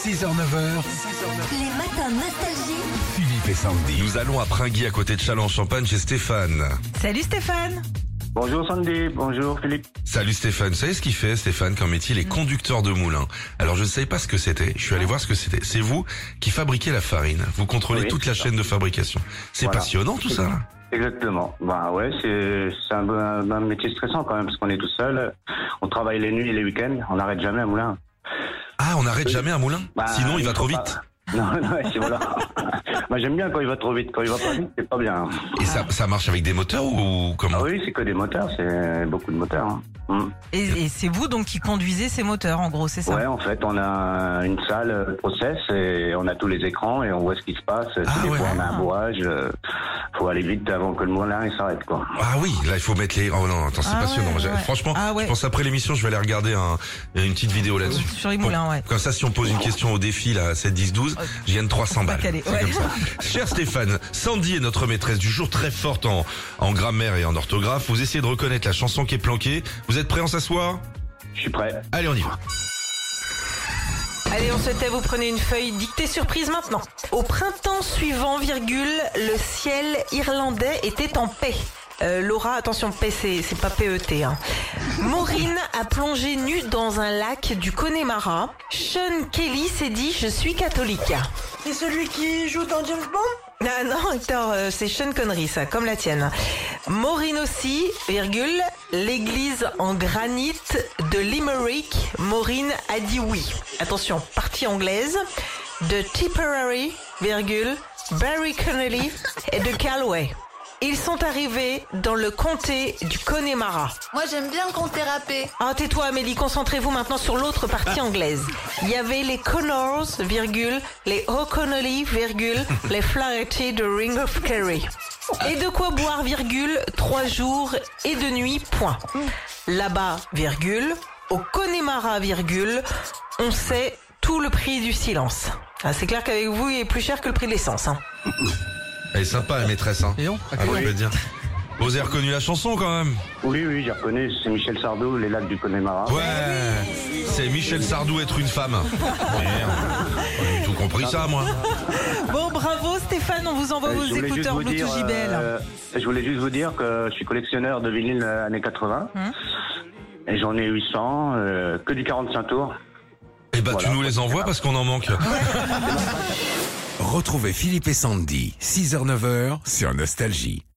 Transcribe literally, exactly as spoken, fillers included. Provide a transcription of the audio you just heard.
six heures neuf heures. Les matins nostalgie. Philippe et Sandy. Nous allons à Pringui, à côté de Châlons-en-Champagne, chez Stéphane. Salut Stéphane. Bonjour Sandy, bonjour Philippe. Salut Stéphane, vous savez ce qu'il fait Stéphane comme métier? Il est conducteur de moulin. Alors je ne savais pas ce que c'était, je suis allé voir ce que c'était. C'est vous qui fabriquez la farine, vous contrôlez Oui, toute la c'est ça. chaîne de fabrication. C'est Voilà. passionnant tout ça. Exactement. Bah ouais, c'est c'est un, un, un métier stressant quand même parce qu'on est tout seul. On travaille les nuits et les week-ends, on n'arrête jamais un moulin. Ah, on n'arrête jamais un moulin? Bah, Sinon il va faut trop pas- vite. Non, non, c'est voilà. Moi j'aime bien quand il va trop vite, quand il va pas vite, c'est pas bien. Et ça, ça marche avec des moteurs ou comment? Ah oui, c'est que des moteurs, c'est beaucoup de moteurs. Hein. Mm. Et, et c'est vous donc qui conduisez ces moteurs en gros, c'est ça? Ouais, en fait, on a une salle euh, process et on a tous les écrans et on voit ce qui se passe. Ah si des ouais. fois on a un bourrage, euh, faut aller vite avant que le moulin il s'arrête quoi. Ah oui, là il faut mettre les... Oh non, attends, c'est Ah passionnant. ouais, J'ai- ouais. Franchement, Ah ouais. je pense après l'émission, je vais aller regarder un, une petite vidéo là-dessus. Sur les moulins, ouais. Comme ça, si on pose une question au défi, là, sept, dix, douze, je gagne trois cents balles. calé, C'est ouais. comme ça. Cher Stéphane, Sandy est notre maîtresse du jour, très forte en, en grammaire et en orthographe. Vous essayez de reconnaître la chanson qui est planquée. Vous êtes prêts, on s'asseoir? Je suis prêt. Allez, on y va. Allez, on se tait, vous prenez une feuille dictée surprise maintenant. Au printemps suivant, virgule, le ciel irlandais était en paix. Euh, Laura, attention, paix, c'est, c'est pas P E T. Hein. Maureen a plongé nue dans un lac du Connemara. Sean Kelly s'est dit « Je suis catholique ». C'est celui qui joue dans James Bond? Non, non, Hector, euh, c'est Sean Connery, ça, comme la tienne. Maureen aussi, virgule, l'église en granit de Limerick. Maureen a dit oui. Attention, partie anglaise. De Tipperary, virgule, Barry Connolly et de Galway. Ils sont arrivés dans le comté du Connemara. Moi j'aime bien quand t'es râpé. Ah, tais-toi Amélie, concentrez-vous maintenant sur l'autre partie anglaise. Il y avait les Connors, virgule, les O'Connolly, virgule, les Flaherty de Ring of Kerry. Et de quoi boire, virgule, trois jours et deux nuits, point. Là-bas, virgule, au Connemara, virgule, on sait tout le prix du silence. Ah, c'est clair qu'avec vous, il est plus cher que le prix de l'essence. Hein. Elle est sympa, la maîtresse, hein. Et on Ah, je peux te dire. Vous avez reconnu la chanson quand même? Oui, oui, j'ai reconnu, c'est Michel Sardou, Les Lacs du Connemara. Ouais, c'est Michel Sardou être une femme. Merde, j'ai tout compris ça, moi. Bon, bravo Stéphane, on vous envoie Euh, vos je voulais juste écouteurs vous Bluetooth dire, J B L. euh, je voulais juste vous dire que je suis collectionneur de vinyles euh, années quatre-vingts. Hum. Et j'en ai huit cents, euh, que du quarante-cinq tours. Eh ben, Voilà. tu nous les envoies parce qu'on en manque. Retrouvez Philippe et Sandy, six heures neuf heures sur Nostalgie.